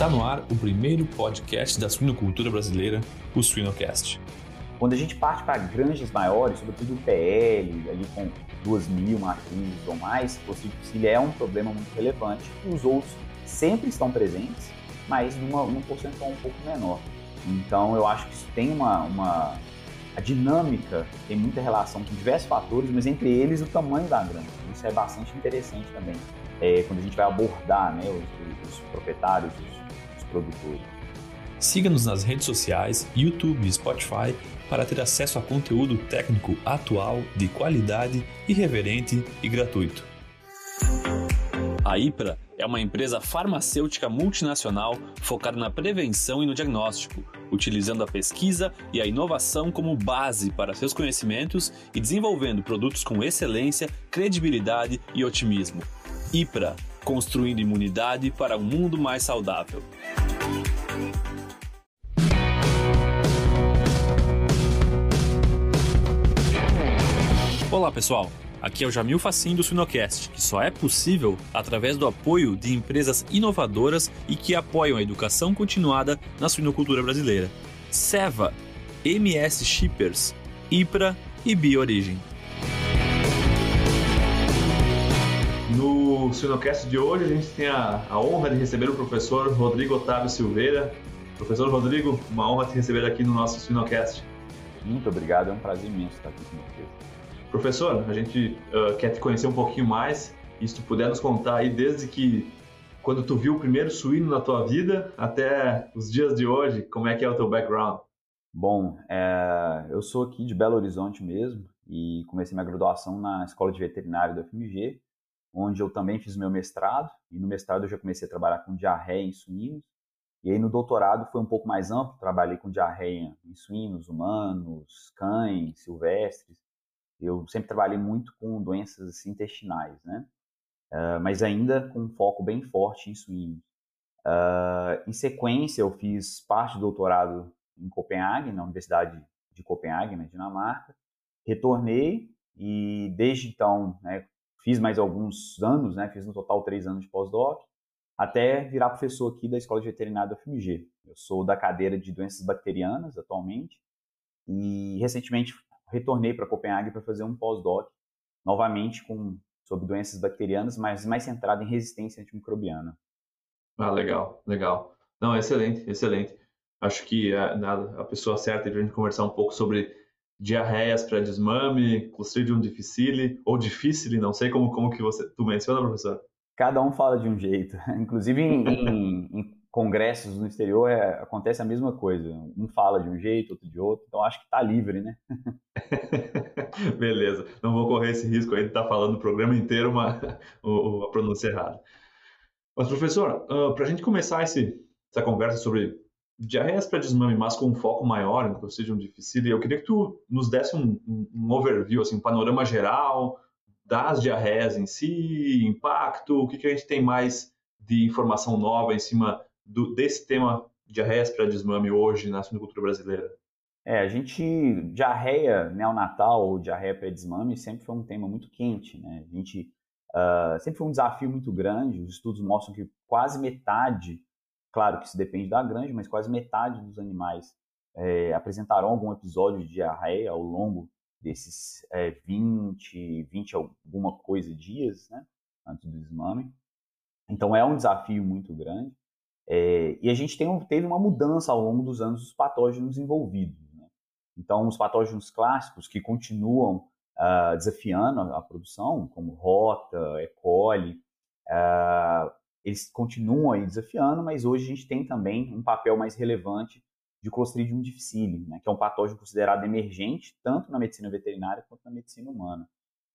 Está no ar o primeiro podcast da suinocultura brasileira, o Suinocast. Quando a gente parte para granjas maiores, sobretudo o PL, ali com 2.000 matrizes ou mais, o coccidioficília é um problema muito relevante. E os outros sempre estão presentes, mas num porcentão um pouco menor. Então eu acho que isso tem a dinâmica tem muita relação com diversos fatores, mas entre eles o tamanho da granja. Isso é bastante interessante também, quando a gente vai abordar, né, os proprietários, os produtores. Siga-nos nas redes sociais, YouTube e Spotify para ter acesso a conteúdo técnico atual, de qualidade, irreverente e gratuito. A IPRA é uma empresa farmacêutica multinacional focada na prevenção e no diagnóstico, utilizando a pesquisa e a inovação como base para seus conhecimentos e desenvolvendo produtos com excelência, credibilidade e otimismo. IPRA, construindo imunidade para um mundo mais saudável. Olá pessoal, aqui é o Jamil Facim do Suinocast, que só é possível através do apoio de empresas inovadoras e que apoiam a educação continuada na suinocultura brasileira. Ceva, MS Shippers, IPRA e BioOrigem. No Suinocast de hoje a gente tem a honra de receber o professor Rodrigo Otávio Silveira. Professor Rodrigo, uma honra te receber aqui no nosso Suinocast. Muito obrigado, é um prazer imenso estar aqui com vocês. Professor, a gente quer te conhecer um pouquinho mais e se tu puder nos contar aí desde que quando tu viu o primeiro suíno na tua vida até os dias de hoje, como é que é o teu background? Bom, eu sou aqui de Belo Horizonte mesmo e comecei minha graduação na Escola de Veterinário da UFMG, onde eu também fiz o meu mestrado, e no mestrado eu já comecei a trabalhar com diarreia em suínos, e aí no doutorado foi um pouco mais amplo, trabalhei com diarreia em suínos, humanos, cães, silvestres. Eu sempre trabalhei muito com doenças intestinais, né? Mas ainda com um foco bem forte em suínos. Em sequência, eu fiz parte do doutorado em Copenhague, na Universidade de Copenhague, na Dinamarca. Retornei e desde então, né, fiz mais alguns anos, né, fiz no total 3 anos de pós-doc, até virar professor aqui da Escola de Veterinária da UFMG. Eu sou da cadeira de doenças bacterianas atualmente e recentemente retornei para Copenhague para fazer um pós-doc, novamente sobre doenças bacterianas, mas mais centrado em resistência antimicrobiana. Ah, legal, legal. Não, excelente, excelente. Acho que a pessoa certa é para a gente conversar um pouco sobre diarreias pré-desmame, Clostridium difficile, ou difficile, não sei como que tu menciona, professor? Cada um fala de um jeito. Inclusive em congressos no exterior acontece a mesma coisa. Um fala de um jeito, outro de outro. Então acho que está livre, né? Beleza. Não vou correr esse risco aí de estar falando o programa inteiro a pronúncia errada. Mas, professor, para a gente começar essa conversa sobre diarreias pré-desmame, mas com um foco maior em Clostridium difficile, eu queria que tu nos desse um overview, assim, um panorama geral das diarreias em si, impacto, o que a gente tem mais de informação nova em cima desse tema diarreias pré-desmame hoje na suinocultura brasileira. Diarreia neonatal ou diarreia pré-desmame sempre foi um tema muito quente, né? Sempre foi um desafio muito grande. Os estudos mostram que quase metade, claro que isso depende da granja, mas quase metade dos animais apresentarão algum episódio de diarreia ao longo desses 20 alguma coisa dias, né, antes do desmame. Então é um desafio muito grande. E a gente teve uma mudança ao longo dos anos dos patógenos envolvidos, né? Então os patógenos clássicos que continuam desafiando a produção, como Rota, E. coli, eles continuam aí desafiando, mas hoje a gente tem também um papel mais relevante de Clostridium difficile, né, que é um patógeno considerado emergente, tanto na medicina veterinária quanto na medicina humana.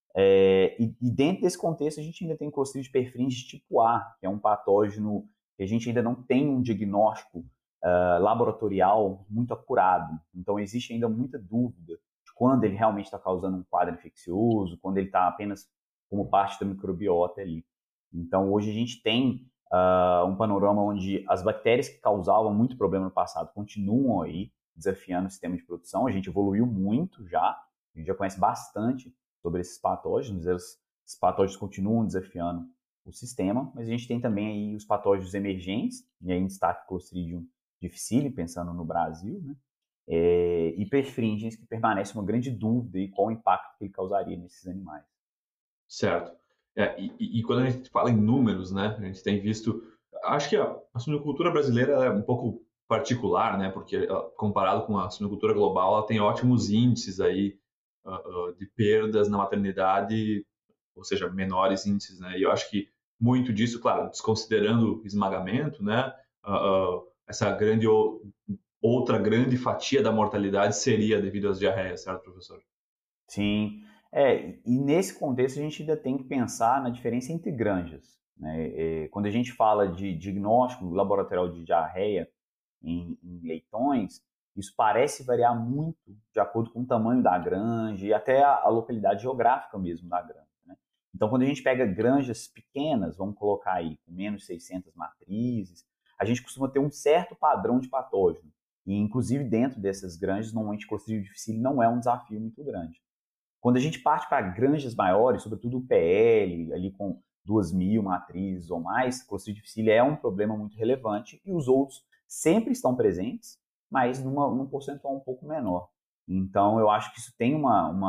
E dentro desse contexto a gente ainda tem Clostridium perfringens tipo A, que é um patógeno que a gente ainda não tem um diagnóstico laboratorial muito acurado. Então existe ainda muita dúvida de quando ele realmente está causando um quadro infeccioso, quando ele está apenas como parte da microbiota ali. Então hoje a gente tem um panorama onde as bactérias que causavam muito problema no passado continuam aí desafiando o sistema de produção. A gente evoluiu muito já, a gente já conhece bastante sobre esses patógenos, esses patógenos continuam desafiando o sistema, mas a gente tem também aí os patógenos emergentes, e aí em destaque Clostridium difficile, pensando no Brasil, né? E perfringens, que permanece uma grande dúvida e qual o impacto que ele causaria nesses animais. Certo. E quando a gente fala em números, né, a gente tem visto, acho que a suinocultura brasileira é um pouco particular, né, porque comparado com a suinocultura global, ela tem ótimos índices aí de perdas na maternidade, ou seja, menores índices, né, e eu acho que muito disso, claro, desconsiderando o esmagamento, né, essa outra grande fatia da mortalidade seria devido às diarreias, certo, professor? Sim, e nesse contexto a gente ainda tem que pensar na diferença entre granjas, né? Quando a gente fala de diagnóstico laboratorial de diarreia em leitões, isso parece variar muito de acordo com o tamanho da granja e até a localidade geográfica mesmo da granja, né? Então, quando a gente pega granjas pequenas, vamos colocar aí com menos de 600 matrizes, a gente costuma ter um certo padrão de patógeno. E, inclusive, dentro dessas granjas, normalmente o Clostridium difficile não é um desafio muito grande. Quando a gente parte para granjas maiores, sobretudo o PL, ali com 2.000 matrizes ou mais, Clostridium difficile é um problema muito relevante e os outros sempre estão presentes, mas num percentual um pouco menor. Então, eu acho que isso tem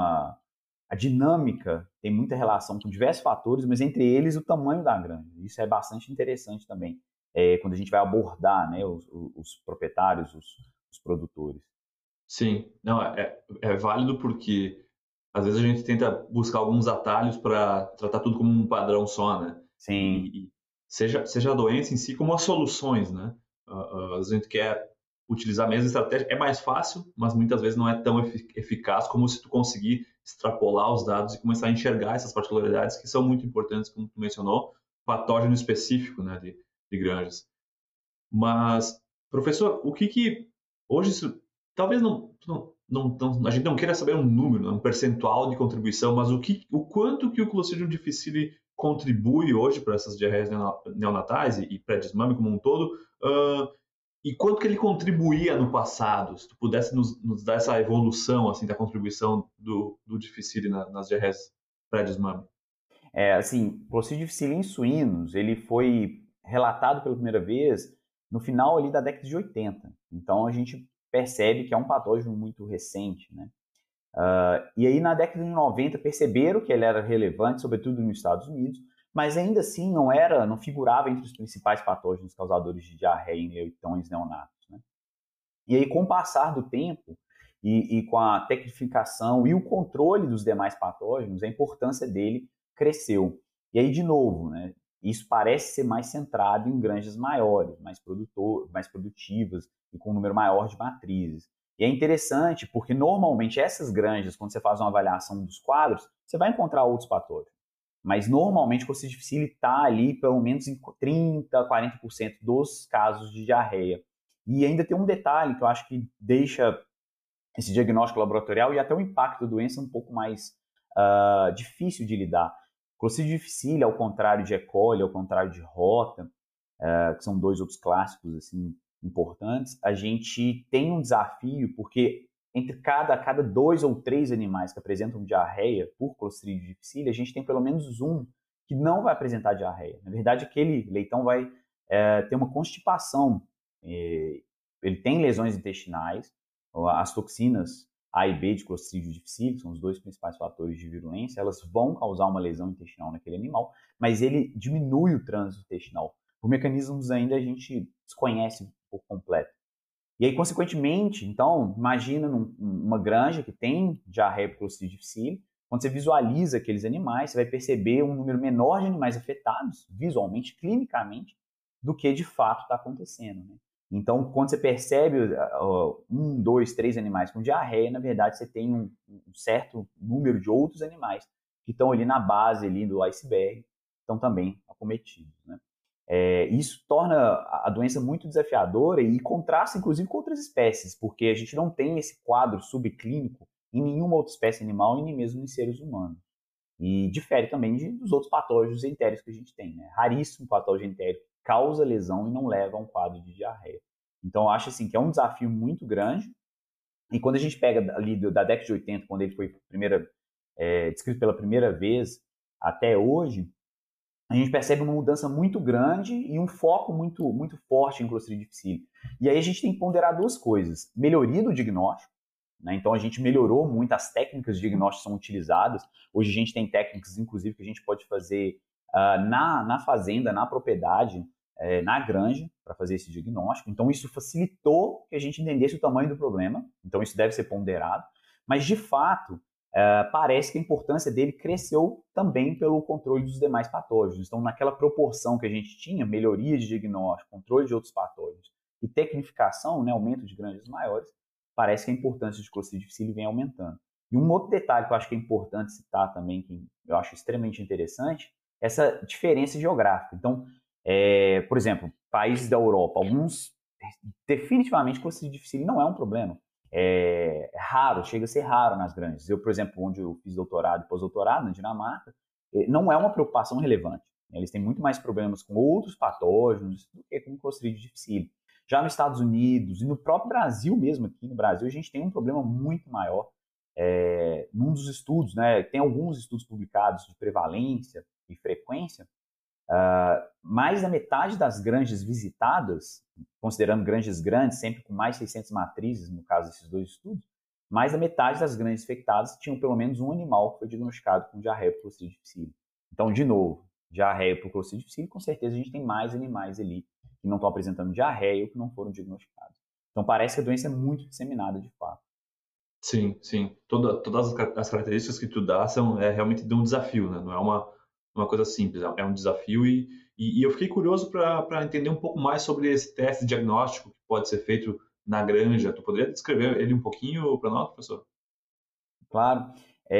a dinâmica tem muita relação com diversos fatores, mas entre eles o tamanho da granja. Isso é bastante interessante também, quando a gente vai abordar, né, os proprietários, os produtores. Sim, não, é válido porque às vezes a gente tenta buscar alguns atalhos para tratar tudo como um padrão só, né? Sim, E seja a doença em si, como as soluções, né? Às vezes a gente quer utilizar a mesma estratégia, é mais fácil, mas muitas vezes não é tão eficaz como se tu conseguir extrapolar os dados e começar a enxergar essas particularidades que são muito importantes, como tu mencionou, patógeno específico, né, de granjas. Mas, professor, o que hoje isso, talvez a gente não queira saber um número, né, um percentual de contribuição, mas o quanto que o Clostridium difficile contribui hoje para essas diarreias neonatais e pré-desmame como um todo, e quanto que ele contribuía no passado? Se tu pudesse nos dar essa evolução assim da contribuição do difficile nas diarreias pré-desmame. Assim, Clostridium difficile em suínos, ele foi relatado pela primeira vez no final ali da década de 80. Então a gente percebe que é um patógeno muito recente, né? E aí na década de 90 perceberam que ele era relevante, sobretudo nos Estados Unidos, mas ainda assim não figurava entre os principais patógenos causadores de diarreia em leitões neonatos, né? E aí com o passar do tempo e com a tecnificação e o controle dos demais patógenos, a importância dele cresceu. E aí, de novo, né, isso parece ser mais centrado em granjas maiores, mais produtivas e com um número maior de matrizes. E é interessante porque, normalmente, essas granjas, quando você faz uma avaliação dos quadros, você vai encontrar outros patógenos. Mas, normalmente, o Clostridium difficile está ali pelo menos em 30%, 40% dos casos de diarreia. E ainda tem um detalhe que eu acho que deixa esse diagnóstico laboratorial e até o impacto da doença um pouco mais difícil de lidar. Clostridium difficile, ao contrário de E. coli, ao contrário de Rota, que são dois outros clássicos assim, importantes, a gente tem um desafio porque entre cada 2 ou 3 animais que apresentam diarreia por Clostridium difficile, a gente tem pelo menos um que não vai apresentar diarreia. Na verdade, aquele leitão vai ter uma constipação. Ele tem lesões intestinais, as toxinas A e B de Clostridium difficile, que são os dois principais fatores de virulência, elas vão causar uma lesão intestinal naquele animal, mas ele diminui o trânsito intestinal. Por mecanismos ainda a gente desconhece por completo. E aí, consequentemente, então, imagina uma granja que tem diarreia por Clostridium difficile, quando você visualiza aqueles animais, você vai perceber um número menor de animais afetados, visualmente, clinicamente, do que de fato está acontecendo, né? Então, quando você percebe 1, 2, 3 animais com diarreia, na verdade você tem um certo número de outros animais que estão ali na base ali do iceberg, estão também acometidos, né? Isso torna a doença muito desafiadora e contrasta, inclusive, com outras espécies, porque a gente não tem esse quadro subclínico em nenhuma outra espécie animal e nem mesmo em seres humanos. E difere também dos outros patógenos entéricos que a gente tem, né? Raríssimo patógeno entérico causa lesão e não leva a um quadro de diarreia. Então, eu acho assim, que é um desafio muito grande. E quando a gente pega ali da década de 80, quando ele foi descrito pela primeira vez, até hoje, a gente percebe uma mudança muito grande e um foco muito, muito forte em Clostridium difficile. E aí a gente tem que ponderar duas coisas. Melhoria do diagnóstico, né? Então a gente melhorou muito, as técnicas de diagnóstico são utilizadas. Hoje a gente tem técnicas, inclusive, que a gente pode fazer na fazenda, na propriedade, na granja, para fazer esse diagnóstico. Então isso facilitou que a gente entendesse o tamanho do problema. Então isso deve ser ponderado. Mas, de fato, parece que a importância dele cresceu também pelo controle dos demais patógenos. Então, naquela proporção que a gente tinha, melhoria de diagnóstico, controle de outros patógenos e tecnificação, né, aumento de granjas maiores, parece que a importância de Clostridium difficile vem aumentando. E um outro detalhe que eu acho que é importante citar também, que eu acho extremamente interessante, é essa diferença geográfica. Então, por exemplo, países da Europa, alguns, definitivamente, Clostridium difficile não é um problema. É raro, chega a ser raro nas granjas. Eu, por exemplo, onde eu fiz doutorado e pós-doutorado, na Dinamarca, não é uma preocupação relevante. Eles têm muito mais problemas com outros patógenos do que com Clostridium difficile. Já nos Estados Unidos e no próprio Brasil mesmo, aqui no Brasil, a gente tem um problema muito maior. Num dos estudos, né, tem alguns estudos publicados de prevalência e frequência, mais da metade das granjas visitadas, considerando granjas grandes, sempre com mais de 600 matrizes, no caso desses dois estudos, mais da metade das granjas infectadas tinham pelo menos um animal que foi diagnosticado com diarreia por Clostridium difficile. Então, de novo, diarreia por Clostridium difficile, com certeza a gente tem mais animais ali que não estão apresentando diarreia ou que não foram diagnosticados. Então, parece que a doença é muito disseminada de fato. Sim, sim. Todas as características que tu dá são realmente de um desafio, né? Não é uma coisa simples, é um desafio e eu fiquei curioso para entender um pouco mais sobre esse teste diagnóstico que pode ser feito na granja. Tu poderia descrever ele um pouquinho para nós, professor? Claro.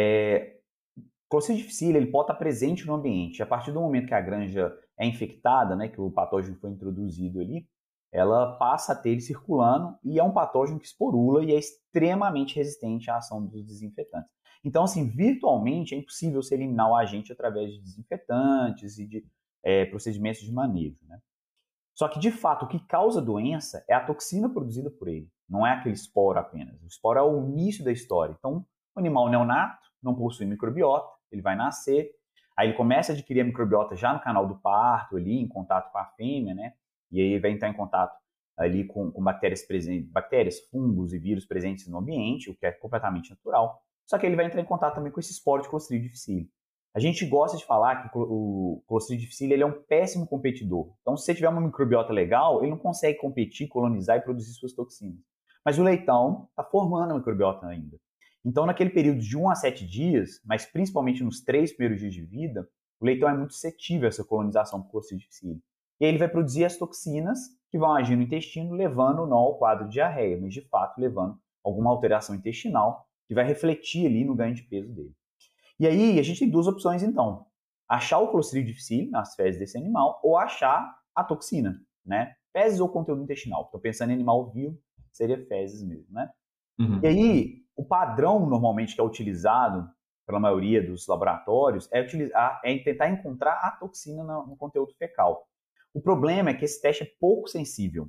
Clostridium difficile, ele pode estar presente no ambiente. A partir do momento que a granja é infectada, né, que o patógeno foi introduzido ali, ela passa a ter ele circulando e é um patógeno que esporula e é extremamente resistente à ação dos desinfetantes. Então, assim, virtualmente é impossível se eliminar o agente através de desinfetantes e de procedimentos de manejo, né? Só que, de fato, o que causa doença é a toxina produzida por ele, não é aquele esporo apenas. O esporo é o início da história. Então, o animal neonato não possui microbiota, ele vai nascer, aí ele começa a adquirir a microbiota já no canal do parto, ali, em contato com a fêmea, né? E aí vai entrar em contato ali com bactérias, fungos e vírus presentes no ambiente, o que é completamente natural. Só que ele vai entrar em contato também com esse esporo de Clostridium difficile. A gente gosta de falar que o Clostridium difficile ele é um péssimo competidor. Então, se você tiver uma microbiota legal, ele não consegue competir, colonizar e produzir suas toxinas. Mas o leitão está formando a microbiota ainda. Então, naquele período de 1 a 7 dias, mas principalmente nos 3 primeiros dias de vida, o leitão é muito suscetível a essa colonização por Clostridium difficile. E aí ele vai produzir as toxinas que vão agir no intestino, levando não ao quadro de diarreia, mas de fato levando alguma alteração intestinal que vai refletir ali no ganho de peso dele. E aí a gente tem duas opções então: achar o Clostridium difficile nas fezes desse animal ou achar a toxina, né? Fezes ou conteúdo intestinal. Estou pensando em animal vivo, seria fezes mesmo, né? Uhum. E aí o padrão normalmente que é utilizado pela maioria dos laboratórios é tentar encontrar a toxina no conteúdo fecal. O problema é que esse teste é pouco sensível.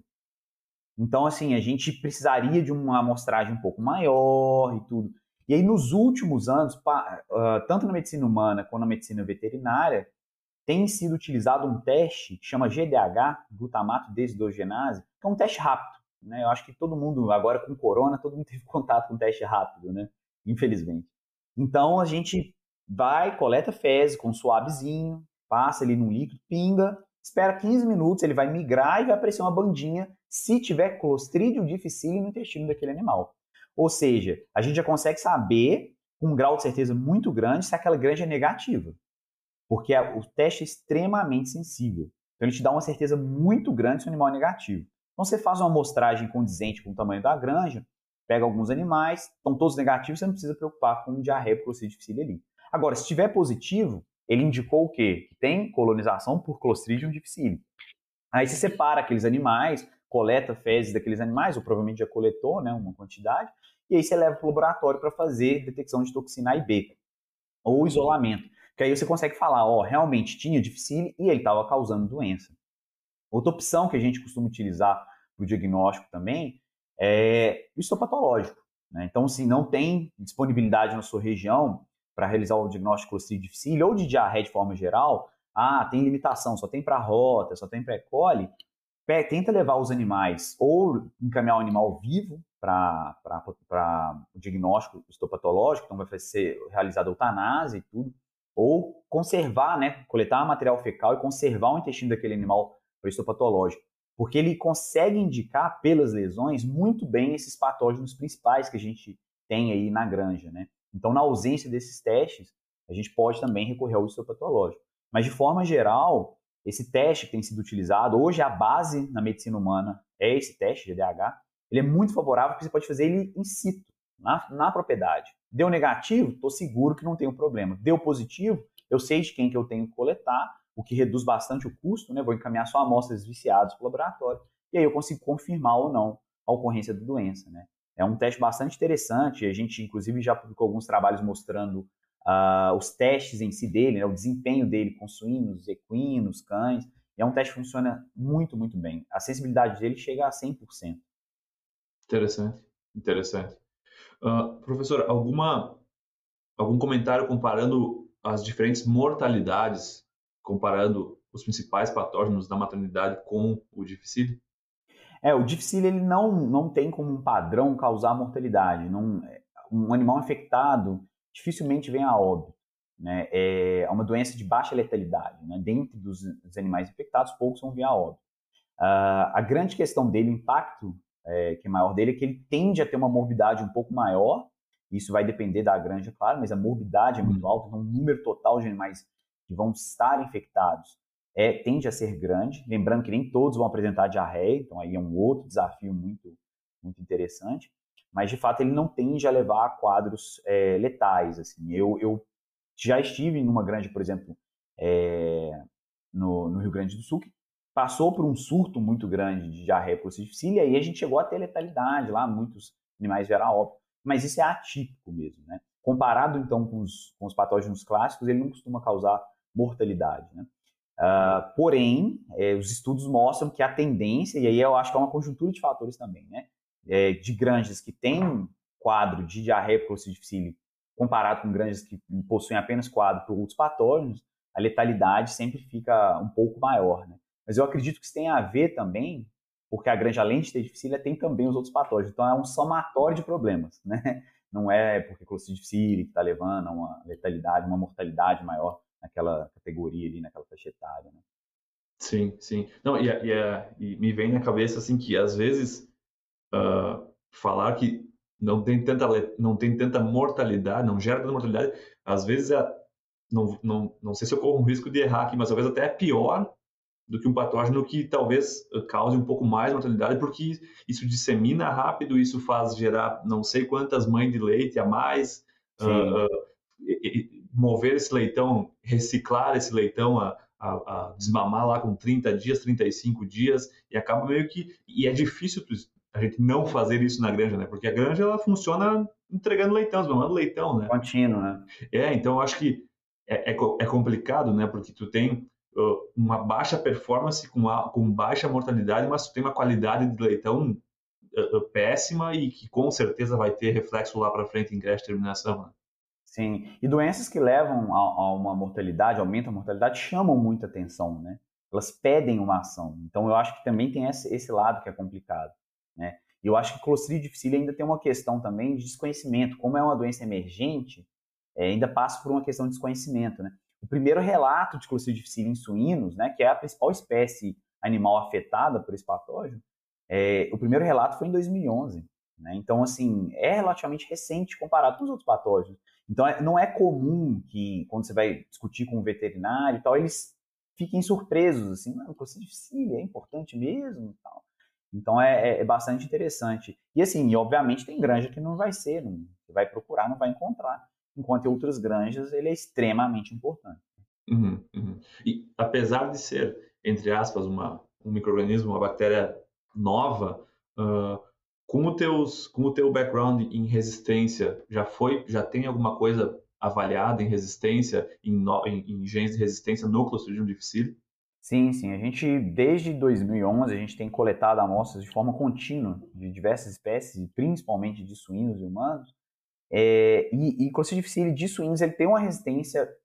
Então, assim, a gente precisaria de uma amostragem um pouco maior e tudo. E aí, nos últimos anos, tanto na medicina humana quanto na medicina veterinária, tem sido utilizado um teste que chama GDH, glutamato desidrogenase, que é um teste rápido, né? Eu acho que todo mundo, agora com corona, todo mundo teve contato com teste rápido, né? Infelizmente. Então, a gente vai, coleta fezes com um suavezinho, passa ali num líquido, pinga, espera 15 minutos, ele vai migrar e vai aparecer uma bandinha se tiver Clostridium difficile no intestino daquele animal. Ou seja, a gente já consegue saber, com um grau de certeza muito grande, se aquela granja é negativa. Porque o teste é extremamente sensível. Então, ele te dá uma certeza muito grande se o animal é negativo. Então, você faz uma amostragem condizente com o tamanho da granja, pega alguns animais, estão todos negativos, você não precisa preocupar com diarreia por Clostridium difficile ali. Agora, se estiver positivo, ele indicou o quê? Que tem colonização por Clostridium difficile. Aí você separa aqueles animais, coleta fezes daqueles animais, ou provavelmente já coletou, né, uma quantidade, e aí você leva para o laboratório para fazer detecção de toxina A e B, ou isolamento. Que aí você consegue falar, realmente tinha difficile e ele estava causando doença. Outra opção que a gente costuma utilizar para o diagnóstico também é o histopatológico, né? Então, se não tem disponibilidade na sua região para realizar o diagnóstico de Clostridium difficile ou de diarreia de forma geral, tem limitação, só tem para rota, só tem para E-coli, tenta levar os animais ou encaminhar o animal vivo para o diagnóstico histopatológico, então vai ser realizada a eutanásia e tudo, ou conservar, né, coletar material fecal e conservar o intestino daquele animal para histopatológico, porque ele consegue indicar pelas lesões muito bem esses patógenos principais que a gente tem aí na granja, né? Então, na ausência desses testes, a gente pode também recorrer ao histopatológico. Mas, de forma geral, esse teste que tem sido utilizado, hoje a base na medicina humana é esse teste, GDH, ele é muito favorável porque você pode fazer ele in situ, na propriedade. Deu negativo, estou seguro que não tem um problema. Deu positivo, eu sei de quem que eu tenho que coletar, o que reduz bastante o custo, né? Vou encaminhar só amostras viciadas para o laboratório, e aí eu consigo confirmar ou não a ocorrência da doença, né? É um teste bastante interessante, a gente inclusive já publicou alguns trabalhos mostrando os testes em si dele, né? O desempenho dele com suínos, equinos, cães, e é um teste que funciona muito, muito bem. A sensibilidade dele chega a 100%. Interessante, interessante. Professor, algum comentário comparando as diferentes mortalidades, comparando os principais patógenos da maternidade com o dificílio? O dificílio ele não tem como um padrão causar mortalidade. Um animal infectado dificilmente vem a óbito, né? É uma doença de baixa letalidade, né? Dentre dos animais infectados, poucos vão vir a óbito. A grande questão dele, o impacto que é maior dele, é que ele tende a ter uma morbidade um pouco maior. Isso vai depender da granja, claro, mas a morbidade é muito alta, então o número total de animais que vão estar infectados tende a ser grande. Lembrando que nem todos vão apresentar diarreia, então aí é um outro desafio muito, muito interessante. Mas, de fato, ele não tende a levar a quadros letais. Assim. Eu já estive numa granja, por exemplo, no Rio Grande do Sul, que passou por um surto muito grande de diarreia por dificília, e aí a gente chegou a ter letalidade lá, muitos animais vieram a óbito. Mas isso é atípico mesmo, né? Comparado, então, com os patógenos clássicos, ele não costuma causar mortalidade, né? Porém, os estudos mostram que a tendência, e aí eu acho que é uma conjuntura de fatores também, né? De granjas que têm quadro de diarreia por dificília comparado com granjas que possuem apenas quadro por outros patógenos, a letalidade sempre fica um pouco maior, né? Mas eu acredito que isso tem a ver também, porque a granja, além de ter dificília, tem também os outros patógenos. Então, é um somatório de problemas, né? Não é porque Clostridium difficile que está levando a uma letalidade, uma mortalidade maior naquela categoria ali, naquela faixa etária, né? Sim, sim. Não, e me vem na cabeça, assim, que às vezes falar que não tem tanta mortalidade, não gera tanta mortalidade, às vezes não sei se eu corro um risco de errar aqui, mas talvez até é pior do que um patógeno que talvez cause um pouco mais mortalidade, porque isso dissemina rápido, isso faz gerar não sei quantas mães de leite a mais, mover esse leitão, reciclar esse leitão a desmamar lá com 30 dias, 35 dias, e acaba meio que... E é difícil a gente não fazer isso na granja, né? Porque a granja, ela funciona entregando leitão, desmamando leitão, né? Contínuo, né? Então eu acho que é complicado, né? Porque tu tem uma baixa performance com baixa mortalidade, mas tu tem uma qualidade de leitão péssima e que com certeza vai ter reflexo lá para frente em creche de terminação, né? Sim, e doenças que levam a uma mortalidade, aumentam a mortalidade, chamam muita atenção, né? Elas pedem uma ação. Então, eu acho que também tem esse lado que é complicado, né? E eu acho que Clostridium difficile ainda tem uma questão também de desconhecimento. Como é uma doença emergente, ainda passa por uma questão de desconhecimento, né? O primeiro relato de Clostridium difficile em suínos, né, que é a principal espécie animal afetada por esse patógeno, o primeiro relato foi em 2011, né? Então, assim, é relativamente recente comparado com os outros patógenos. Então, não é comum que, quando você vai discutir com um veterinário e tal, eles fiquem surpresos, assim, não, Clostridium difficile é importante mesmo e tal. Então, é bastante interessante. E, assim, obviamente tem granja que não vai ser, você vai procurar, não vai encontrar. Enquanto em outras granjas, ele é extremamente importante. Uhum. E, apesar de ser, entre aspas, um micro-organismo, uma bactéria nova, com o teu background em resistência, já tem alguma coisa avaliada em resistência, em genes de resistência no Clostridium difficile? Sim, sim. A gente, desde 2011, a gente tem coletado amostras de forma contínua de diversas espécies, principalmente de suínos e humanos. E Clostridium difficile de suínos, ele tem uma resistência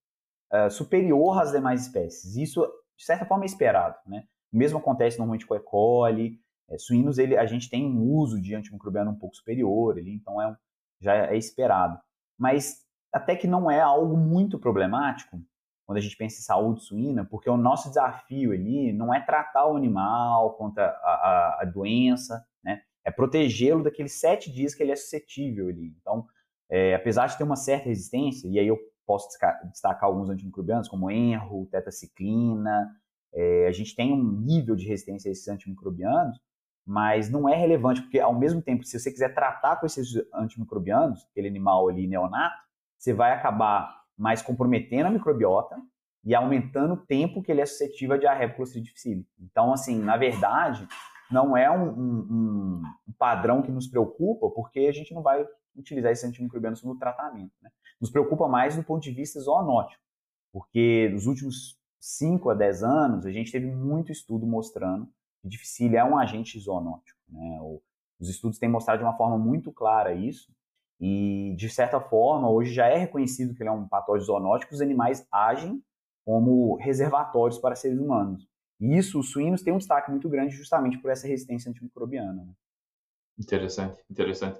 superior às demais espécies. Isso, de certa forma, é esperado, né? O mesmo acontece normalmente com o E. coli. Suínos, a gente tem um uso de antimicrobiano um pouco superior, então já é esperado. Mas até que não é algo muito problemático quando a gente pensa em saúde suína, porque o nosso desafio ali não é tratar o animal contra a doença, né? É protegê-lo daqueles 7 dias que ele é suscetível ali. Então, apesar de ter uma certa resistência, e aí eu posso destacar alguns antimicrobianos, como enro, tetraciclina, a gente tem um nível de resistência a esses antimicrobianos, mas não é relevante, porque ao mesmo tempo, se você quiser tratar com esses antimicrobianos, aquele animal ali neonato, você vai acabar mais comprometendo a microbiota e aumentando o tempo que ele é suscetível a diarreia por Clostridium difficile. Então, assim, na verdade, não é um padrão que nos preocupa, porque a gente não vai utilizar esses antimicrobianos no tratamento, né? Nos preocupa mais do ponto de vista zoonótico, porque nos últimos 5 a 10 anos, a gente teve muito estudo mostrando que difficile é um agente zoonótico, né? Os estudos têm mostrado de uma forma muito clara isso, e, de certa forma, hoje já é reconhecido que ele é um patógeno zoonótico, os animais agem como reservatórios para seres humanos. E isso, os suínos têm um destaque muito grande justamente por essa resistência antimicrobiana, né? Interessante, interessante.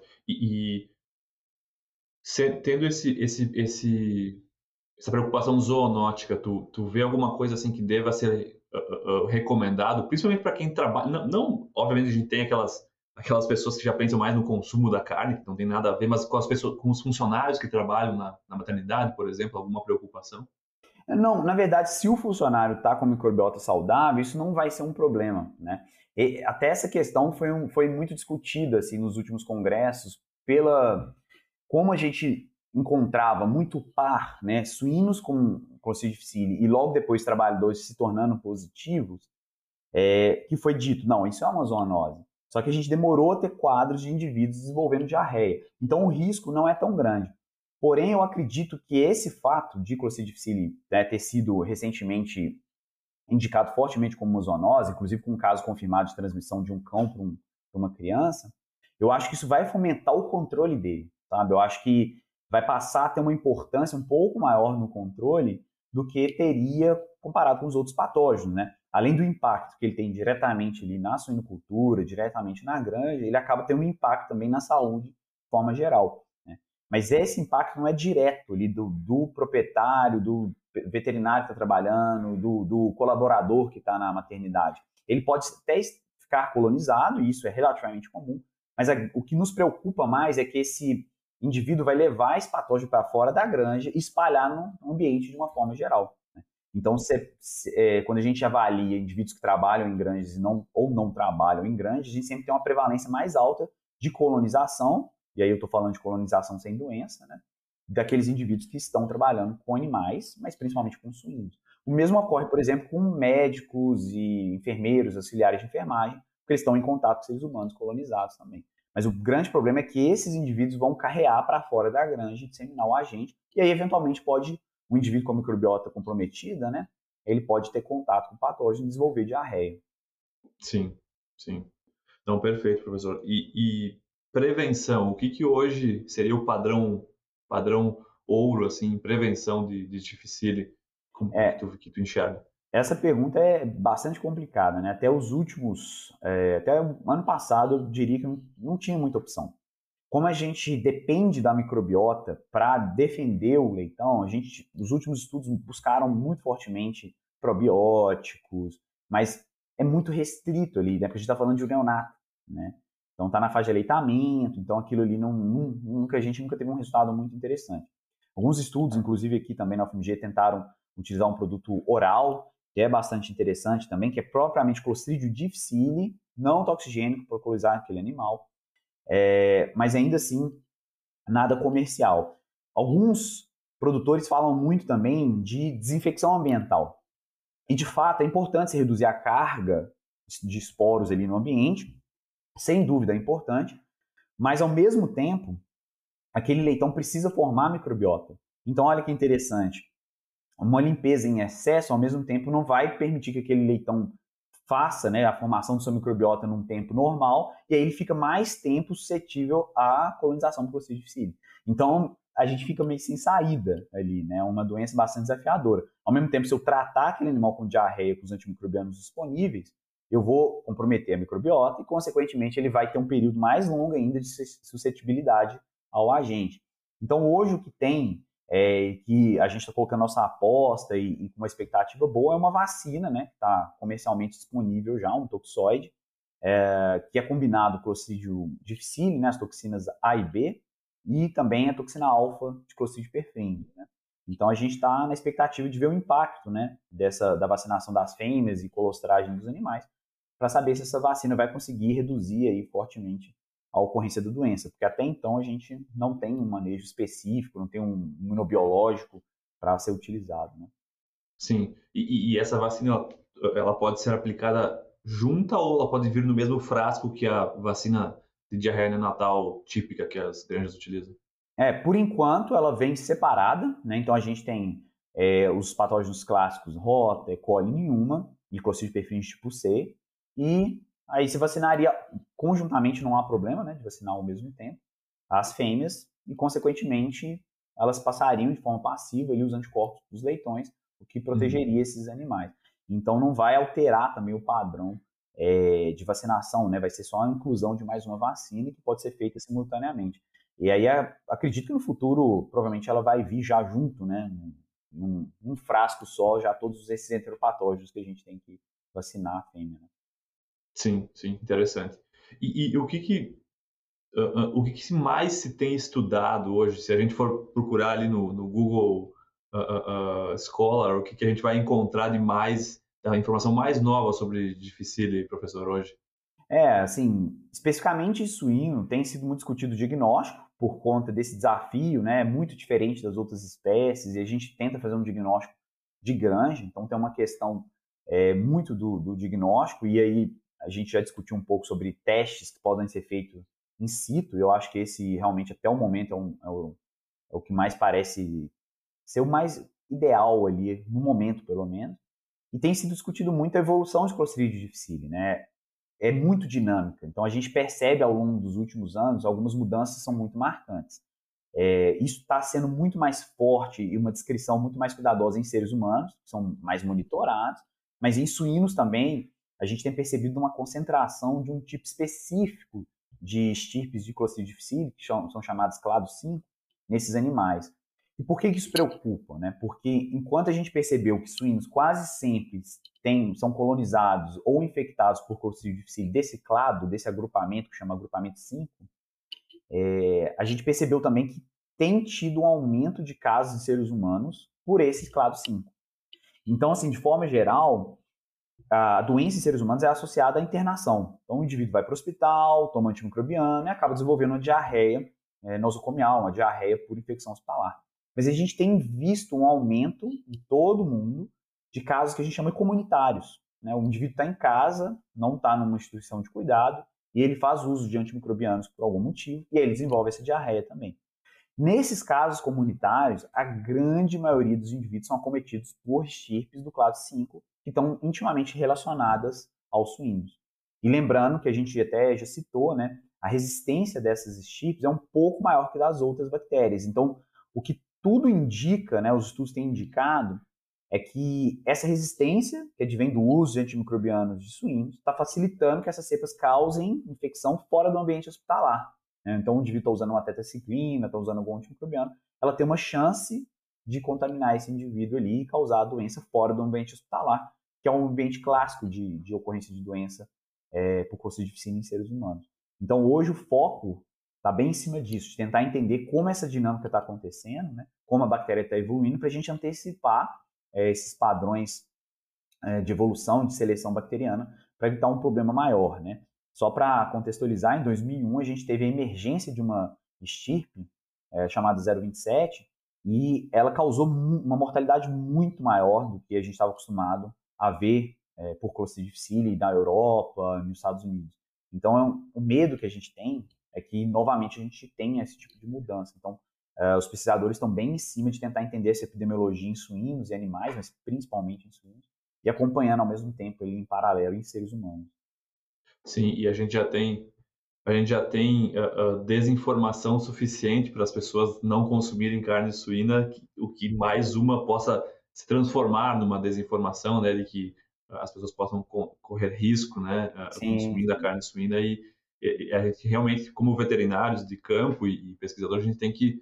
Tendo essa preocupação zoonótica, tu vê alguma coisa assim que deva ser recomendado, principalmente para quem trabalha, não, obviamente a gente tem aquelas pessoas que já pensam mais no consumo da carne, que não tem nada a ver, mas com as pessoas, com os funcionários que trabalham na maternidade, por exemplo, alguma preocupação? Não, na verdade, se o funcionário está com microbiota saudável, isso não vai ser um problema, né? E até essa questão foi muito discutida assim, nos últimos congressos, como a gente encontrava muito par, né, suínos com Clostridium difficile e logo depois trabalhadores se tornando positivos, que foi dito, não, isso é uma zoonose. Só que a gente demorou a ter quadros de indivíduos desenvolvendo diarreia. Então o risco não é tão grande. Porém, eu acredito que esse fato de Clostridium difficile, né, ter sido recentemente indicado fortemente como uma zoonose, inclusive com um caso confirmado de transmissão de um cão para uma criança, eu acho que isso vai fomentar o controle dele, sabe? Eu acho que vai passar a ter uma importância um pouco maior no controle do que teria comparado com os outros patógenos, né? Além do impacto que ele tem diretamente ali na suinocultura, diretamente na granja, ele acaba tendo um impacto também na saúde de forma geral, né? Mas esse impacto não é direto ali do proprietário, do veterinário que está trabalhando, do colaborador que está na maternidade. Ele pode até ficar colonizado, e isso é relativamente comum, mas o que nos preocupa mais é que esse indivíduo vai levar esse patógeno para fora da granja e espalhar no ambiente de uma forma geral, né? Então, quando a gente avalia indivíduos que trabalham em granjas ou não trabalham em granjas, a gente sempre tem uma prevalência mais alta de colonização, e aí eu estou falando de colonização sem doença, né, daqueles indivíduos que estão trabalhando com animais, mas principalmente com suínos. O mesmo ocorre, por exemplo, com médicos e enfermeiros, auxiliares de enfermagem, porque eles estão em contato com seres humanos colonizados também. Mas o grande problema é que esses indivíduos vão carrear para fora da granja e disseminar o agente, e aí, eventualmente, um indivíduo com a microbiota comprometida, né, ele pode ter contato com o patógeno e desenvolver diarreia. Sim, sim. Não, perfeito, professor. E prevenção, o que hoje seria o padrão ouro, assim, prevenção de difficile, que tu enxerga? Essa pergunta é bastante complicada, né? Até o ano passado, eu diria que não tinha muita opção. Como a gente depende da microbiota para defender o leitão, os últimos estudos buscaram muito fortemente probióticos, mas é muito restrito ali, né? Porque a gente está falando de um neonato, né? Então está na fase de aleitamento, então aquilo ali a gente nunca teve um resultado muito interessante. Alguns estudos, inclusive aqui também na UFMG, tentaram utilizar um produto oral, que é bastante interessante também, que é propriamente Clostridium difficile, não toxigênico para colonizar aquele animal, mas ainda assim nada comercial. Alguns produtores falam muito também de desinfecção ambiental. E de fato é importante se reduzir a carga de esporos ali no ambiente, sem dúvida é importante, mas ao mesmo tempo aquele leitão precisa formar microbiota. Então olha que interessante, uma limpeza em excesso ao mesmo tempo não vai permitir que aquele leitão faça, né, a formação do seu microbiota num tempo normal, e aí ele fica mais tempo suscetível à colonização por Clostridium difficile. Então, a gente fica meio sem saída ali, né? É uma doença bastante desafiadora. Ao mesmo tempo, se eu tratar aquele animal com diarreia, com os antimicrobianos disponíveis, eu vou comprometer a microbiota e, consequentemente, ele vai ter um período mais longo ainda de suscetibilidade ao agente. Então, hoje, o que tem que a gente está colocando nossa aposta e com uma expectativa boa é uma vacina, né? Que está comercialmente disponível já, um toxoide, que é combinado com o Clostridium difficile, né? As toxinas A e B, e também a toxina alfa de Clostridium perfringens, né? Então, a gente está na expectativa de ver o impacto, né, da vacinação das fêmeas e colostragem dos animais, para saber se essa vacina vai conseguir reduzir aí fortemente a ocorrência da doença, porque até então a gente não tem um manejo específico, não tem um imunobiológico para ser utilizado, né? Sim, e essa vacina, ela pode ser aplicada junta ou ela pode vir no mesmo frasco que a vacina de diarreia neonatal típica que as granjas utilizam? Por enquanto ela vem separada, né? Então a gente tem os patógenos clássicos Rota, E. coli nenhuma, e Clostridium perfringens tipo C, e aí se vacinaria conjuntamente, não há problema, né, de vacinar ao mesmo tempo as fêmeas, e consequentemente elas passariam de forma passiva ali, os anticorpos dos leitões, o que protegeria esses animais. Então não vai alterar também o padrão de vacinação, né? Vai ser só a inclusão de mais uma vacina que pode ser feita simultaneamente. E aí acredito que no futuro provavelmente ela vai vir já junto, né? Num frasco só, já todos esses enteropatógenos que a gente tem que vacinar a fêmea, né? Sim, interessante. E o que mais se tem estudado hoje? Se a gente for procurar ali no Google Scholar, o que a gente vai encontrar de mais, da informação mais nova sobre dificílio, professor, hoje? Assim, especificamente em suíno, tem sido muito discutido o diagnóstico por conta desse desafio, né? Muito diferente das outras espécies, e a gente tenta fazer um diagnóstico de granja, então tem uma questão muito do diagnóstico, e aí a gente já discutiu um pouco sobre testes que podem ser feitos in situ. Eu acho que esse realmente até o momento é o que mais parece ser o mais ideal ali, no momento pelo menos. E tem sido discutido muito a evolução de Clostridium difficile, né? É muito dinâmica. Então a gente percebe ao longo dos últimos anos algumas mudanças são muito marcantes. Isso está sendo muito mais forte e uma descrição muito mais cuidadosa em seres humanos, que são mais monitorados, mas em suínos também a gente tem percebido uma concentração de um tipo específico de estirpes de Clostridium difficile, que são chamadas clado 5, nesses animais. E por que isso preocupa, né? Porque enquanto a gente percebeu que suínos quase sempre são colonizados ou infectados por Clostridium difficile desse clado, desse agrupamento que chama agrupamento 5, a gente percebeu também que tem tido um aumento de casos em seres humanos por esse clado 5. Então, assim, de forma geral, a doença em seres humanos é associada à internação. Então, o indivíduo vai para o hospital, toma antimicrobiano e acaba desenvolvendo uma diarreia nosocomial, uma diarreia por infecção hospitalar. Mas a gente tem visto um aumento em todo o mundo de casos que a gente chama de comunitários, né? O indivíduo está em casa, não está numa instituição de cuidado, e ele faz uso de antimicrobianos por algum motivo, e aí ele desenvolve essa diarreia também. Nesses casos comunitários, a grande maioria dos indivíduos são acometidos por estirpes do clado 5, que estão intimamente relacionadas aos suínos. E lembrando que a gente até já citou, né, a resistência dessas estirpes é um pouco maior que das outras bactérias. Então, o que tudo indica, né, os estudos têm indicado, é que essa resistência, que advém do uso de antimicrobianos de suínos, está facilitando que essas cepas causem infecção fora do ambiente hospitalar. Então, o indivíduo está usando uma tetraciclina, está usando algum antimicrobiano, ela tem uma chance de contaminar esse indivíduo ali e causar a doença fora do ambiente hospitalar, que é um ambiente clássico de ocorrência de doença por Clostridium difficile em seres humanos. Então, hoje o foco está bem em cima disso, de tentar entender como essa dinâmica está acontecendo, né? Como a bactéria está evoluindo, para a gente antecipar esses padrões de evolução, de seleção bacteriana, para evitar um problema maior, né? Só para contextualizar, em 2001 a gente teve a emergência de uma estirpe chamada 027 e ela causou uma mortalidade muito maior do que a gente estava acostumado a ver por Clostridium difficile na Europa, nos Estados Unidos. Então, o medo que a gente tem é que, novamente, a gente tenha esse tipo de mudança. Então, os pesquisadores estão bem em cima de tentar entender essa epidemiologia em suínos e animais, mas principalmente em suínos, e acompanhando ao mesmo tempo, em paralelo, em seres humanos. Sim, e a gente já tem a gente já tem desinformação suficiente para as pessoas não consumirem carne suína, o que mais uma possa se transformar numa desinformação, né, de que as pessoas possam correr risco, né, Sim, consumindo a carne suína e a gente realmente, como veterinários de campo e pesquisadores, a gente tem que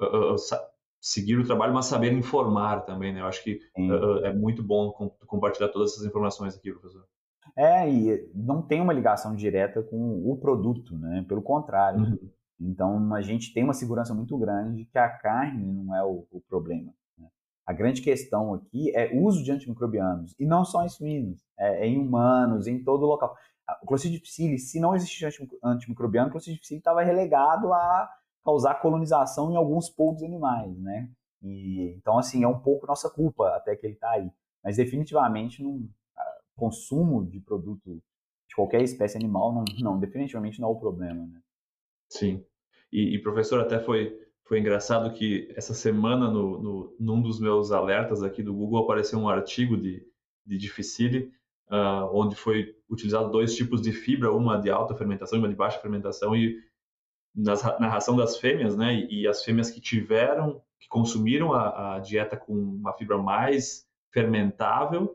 seguir o trabalho, mas saber informar também, né? Eu acho que sim. é muito bom compartilhar todas essas informações aqui, professor. E não tem uma ligação direta com o produto, né? Pelo contrário. Uhum. Então, a gente tem uma segurança muito grande de que a carne não é o problema, né? A grande questão aqui é o uso de antimicrobianos, e não só em suínos, é em humanos, em todo local. O Clostridium difficile, se não existisse antimicrobiano, o Clostridium difficile estava relegado a causar colonização em alguns poucos animais, né? Então, assim, é um pouco nossa culpa até que ele está aí. Mas definitivamente não, consumo de produto de qualquer espécie animal definitivamente não é o problema, né? Sim. Professor, até foi engraçado que essa semana, num dos meus alertas aqui do Google, apareceu um artigo de Difficile, onde foi utilizado dois tipos de fibra, uma de alta fermentação e uma de baixa fermentação, e na ração das fêmeas, né? E as fêmeas que consumiram a dieta com uma fibra mais fermentável,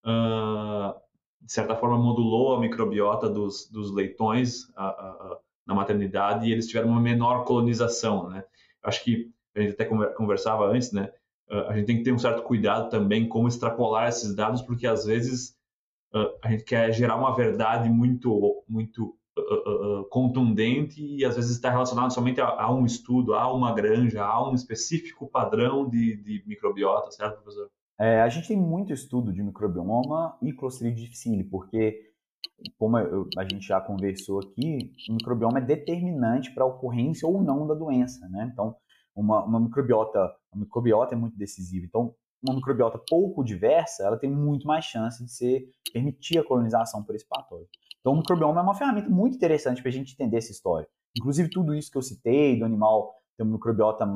de certa forma modulou a microbiota dos leitões na maternidade e eles tiveram uma menor colonização, né? Acho que a gente até conversava antes, né? A gente tem que ter um certo cuidado também como extrapolar esses dados, porque às vezes a gente quer gerar uma verdade muito contundente e às vezes está relacionado somente a um estudo, a uma granja, a um específico padrão de microbiota, certo, professor? A gente tem muito estudo de microbioma e Clostridium difficile, porque, como a gente já conversou aqui, o microbioma é determinante para a ocorrência ou não da doença, né? Então, uma microbiota é muito decisiva. Então, uma microbiota pouco diversa, ela tem muito mais chance de permitir a colonização por esse patógeno. Então, o microbioma é uma ferramenta muito interessante para a gente entender essa história. Inclusive, tudo isso que eu citei, do animal ter uma microbiota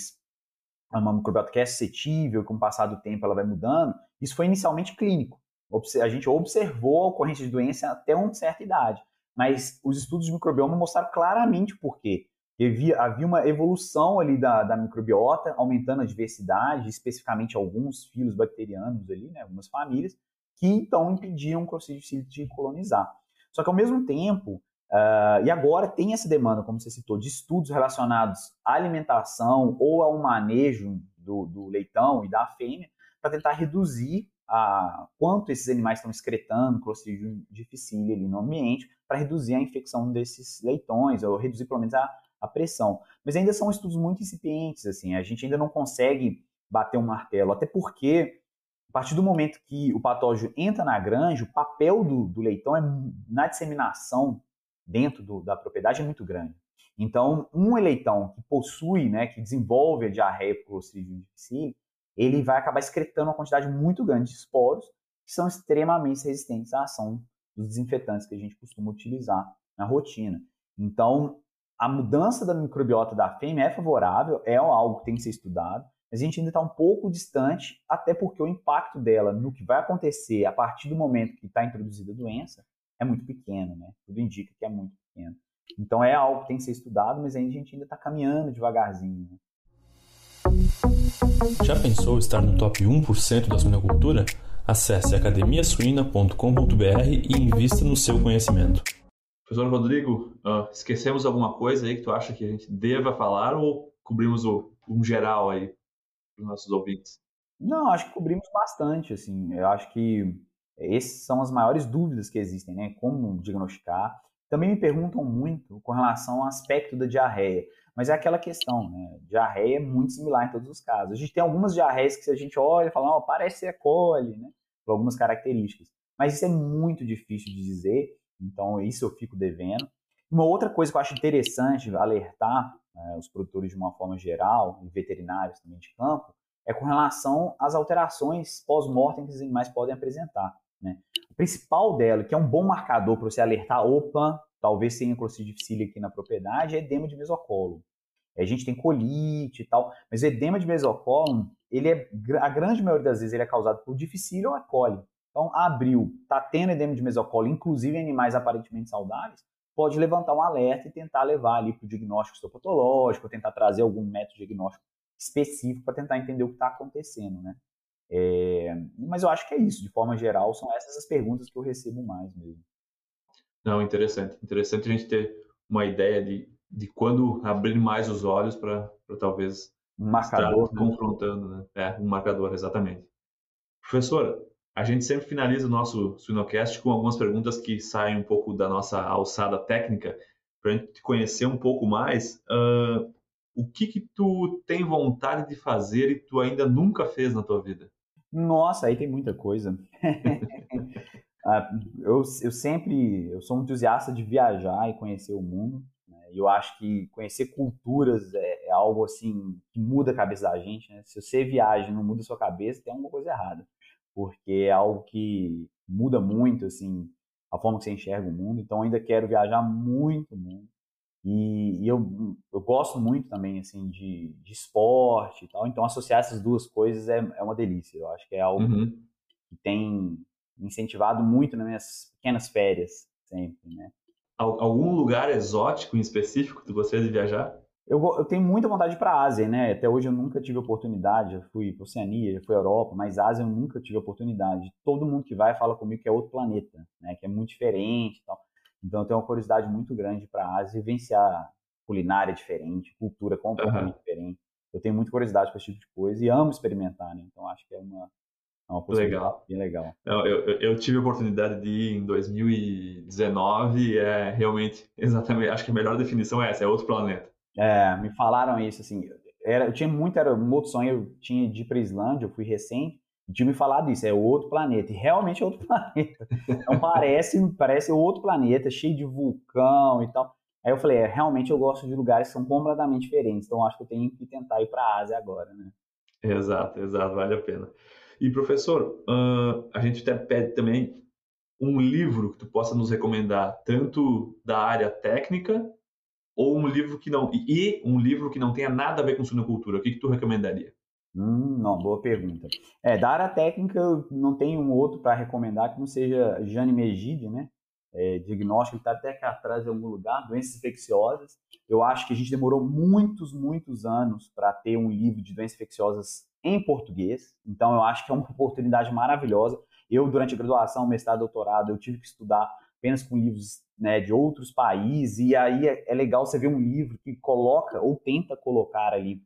que é suscetível, com o passar do tempo ela vai mudando, isso foi inicialmente clínico. A gente observou a ocorrência de doença até uma certa idade, mas os estudos de microbioma mostraram claramente por quê. Havia uma evolução ali da microbiota, aumentando a diversidade, especificamente alguns filos bacterianos ali, né, algumas famílias, que então impediam o Clostridium difficile de colonizar. Só que ao mesmo tempo, e agora tem essa demanda, como você citou, de estudos relacionados à alimentação ou ao manejo do leitão e da fêmea, para tentar reduzir quanto esses animais estão excretando Clostridium difficile ali no ambiente, para reduzir a infecção desses leitões, ou reduzir pelo menos a pressão. Mas ainda são estudos muito incipientes, assim, a gente ainda não consegue bater um martelo, até porque a partir do momento que o patógeno entra na granja, o papel do leitão na disseminação dentro da propriedade é muito grande. Então, um leitão que possui, né, que desenvolve a diarreia por Clostridium difficile, ele vai acabar excretando uma quantidade muito grande de esporos que são extremamente resistentes à ação dos desinfetantes que a gente costuma utilizar na rotina. Então, a mudança da microbiota da fêmea é favorável, é algo que tem que ser estudado, mas a gente ainda está um pouco distante, até porque o impacto dela no que vai acontecer a partir do momento que está introduzida a doença é muito pequeno, né? Tudo indica que é muito pequeno. Então é algo que tem que ser estudado, mas a gente ainda está caminhando devagarzinho, né? Já pensou estar no top 1% da suinocultura? Acesse academiasuina.com.br e invista no seu conhecimento. Professor Rodrigo, esquecemos alguma coisa aí que tu acha que a gente deva falar ou cobrimos um geral aí para os nossos ouvintes? Não, acho que cobrimos bastante, assim. Eu acho que essas são as maiores dúvidas que existem, né? Como diagnosticar. Também me perguntam muito com relação ao aspecto da diarreia. Mas é aquela questão, né? Diarreia é muito similar em todos os casos. A gente tem algumas diarreias que se a gente olha e fala, parece ser E. coli, né? Por algumas características. Mas isso é muito difícil de dizer, então isso eu fico devendo. Uma outra coisa que eu acho interessante alertar os produtores de uma forma geral, e veterinários também de campo, é com relação às alterações pós-mortem que os animais podem apresentar, né? O principal dela, que é um bom marcador para você alertar, talvez tenha Clostridium difficile aqui na propriedade, é edema de mesocolo. A gente tem colite e tal, mas o edema de mesocolo, a grande maioria das vezes ele é causado por difficile ou E. coli. Então, abril, está tendo edema de mesocolo, inclusive em animais aparentemente saudáveis, pode levantar um alerta e tentar levar ali para o diagnóstico histopatológico, tentar trazer algum método diagnóstico específico para tentar entender o que está acontecendo, né? Mas eu acho que é isso, de forma geral, são essas as perguntas que eu recebo mais mesmo. Não, interessante. Interessante a gente ter uma ideia de quando abrir mais os olhos para talvez um marcador, estar confrontando, né? Um marcador, exatamente. Professor, a gente sempre finaliza o nosso Suinocast com algumas perguntas que saem um pouco da nossa alçada técnica, para a gente conhecer um pouco mais. O que tu tem vontade de fazer e tu ainda nunca fez na tua vida? Nossa, aí tem muita coisa. Eu sou um entusiasta de viajar e conhecer o mundo, né? E eu acho que conhecer culturas é algo assim que muda a cabeça da gente, né? Se você viaja e não muda a sua cabeça, tem alguma coisa errada, porque é algo que muda muito assim a forma que você enxerga o mundo. Então eu ainda quero viajar muito, muito. E eu gosto muito também assim de esporte e tal. Então associar essas duas coisas é uma delícia. Eu acho que é algo que tem incentivado muito nas minhas pequenas férias, sempre, né? Algum lugar exótico em específico que tu gostaria de viajar? Eu tenho muita vontade de ir para a Ásia, né? Até hoje eu nunca tive oportunidade, já fui para Oceania, já fui à Europa, mas Ásia eu nunca tive oportunidade. Todo mundo que vai fala comigo que é outro planeta, né? Que é muito diferente e tal. Então eu tenho uma curiosidade muito grande para a Ásia, vivenciar culinária diferente, cultura completamente diferente. Eu tenho muita curiosidade para esse tipo de coisa e amo experimentar, né? Então acho que é uma possibilidade bem legal. Eu tive a oportunidade de ir em 2019 e realmente, exatamente, acho que a melhor definição é essa, é outro planeta. Me falaram isso, assim, eu tinha era um outro sonho, eu tinha de ir para a Islândia, eu fui recente, e tinha me falado isso, é outro planeta, e realmente é outro planeta. Então parece outro planeta, cheio de vulcão e tal. Aí eu falei, realmente eu gosto de lugares que são completamente diferentes, então acho que eu tenho que tentar ir para a Ásia agora, né? Exato, vale a pena. E professor, a gente até pede também um livro que tu possa nos recomendar, tanto da área técnica ou um livro que não tenha nada a ver com suinocultura. O que tu recomendaria? Não, boa pergunta. Da área técnica eu não tenho um outro para recomendar que não seja Jeane Megide, né? Diagnóstico, ele está até aqui atrás em algum lugar, doenças infecciosas. Eu acho que a gente demorou muitos, muitos anos para ter um livro de doenças infecciosas em português, então eu acho que é uma oportunidade maravilhosa. Eu, durante a graduação, mestrado, doutorado, eu tive que estudar apenas com livros, né, de outros países, e aí é legal você ver um livro que coloca ou tenta colocar ali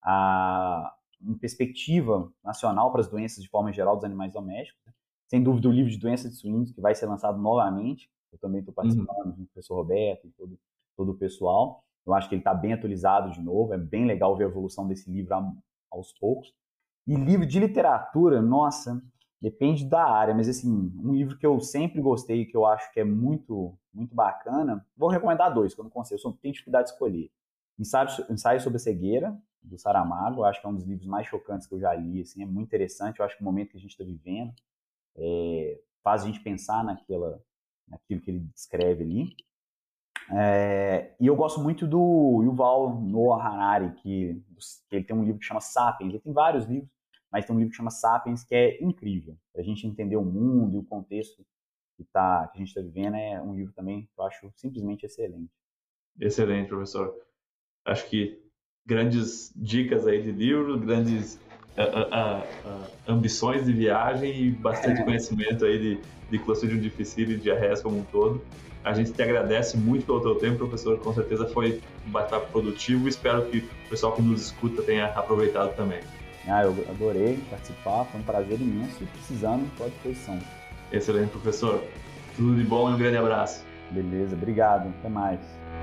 uma perspectiva nacional para as doenças de forma geral dos animais domésticos. Sem dúvida, o livro de doenças de suínos, que vai ser lançado novamente. Eu também estou participando, com o professor Roberto e todo o pessoal. Eu acho que ele está bem atualizado de novo. É bem legal ver a evolução desse livro aos poucos. E livro de literatura, nossa, depende da área, mas assim, um livro que eu sempre gostei, que eu acho que é muito, muito bacana, vou recomendar dois, que eu não consigo, eu tenho dificuldade de escolher. Ensaio sobre a Cegueira, do Saramago, eu acho que é um dos livros mais chocantes que eu já li, assim, é muito interessante, eu acho que o momento que a gente está vivendo faz a gente pensar naquilo que ele descreve ali. E eu gosto muito do Yuval Noah Harari, que ele tem um livro que chama Sapiens, ele tem vários livros, mas tem um livro que chama Sapiens, que é incrível, para a gente entender o mundo e o contexto que a gente está vivendo, é um livro também que eu acho simplesmente excelente. Excelente, professor. Acho que grandes dicas aí de livro, grandes ambições de viagem e bastante conhecimento aí de Clostridium difficile e diarreias como um todo. A gente te agradece muito pelo teu tempo, professor. Com certeza foi um bate-papo produtivo. Espero que o pessoal que nos escuta tenha aproveitado também. Eu adorei participar, foi um prazer imenso e precisando, estou à disposição. Excelente, professor. Tudo de bom e um grande abraço. Beleza, obrigado. Até mais.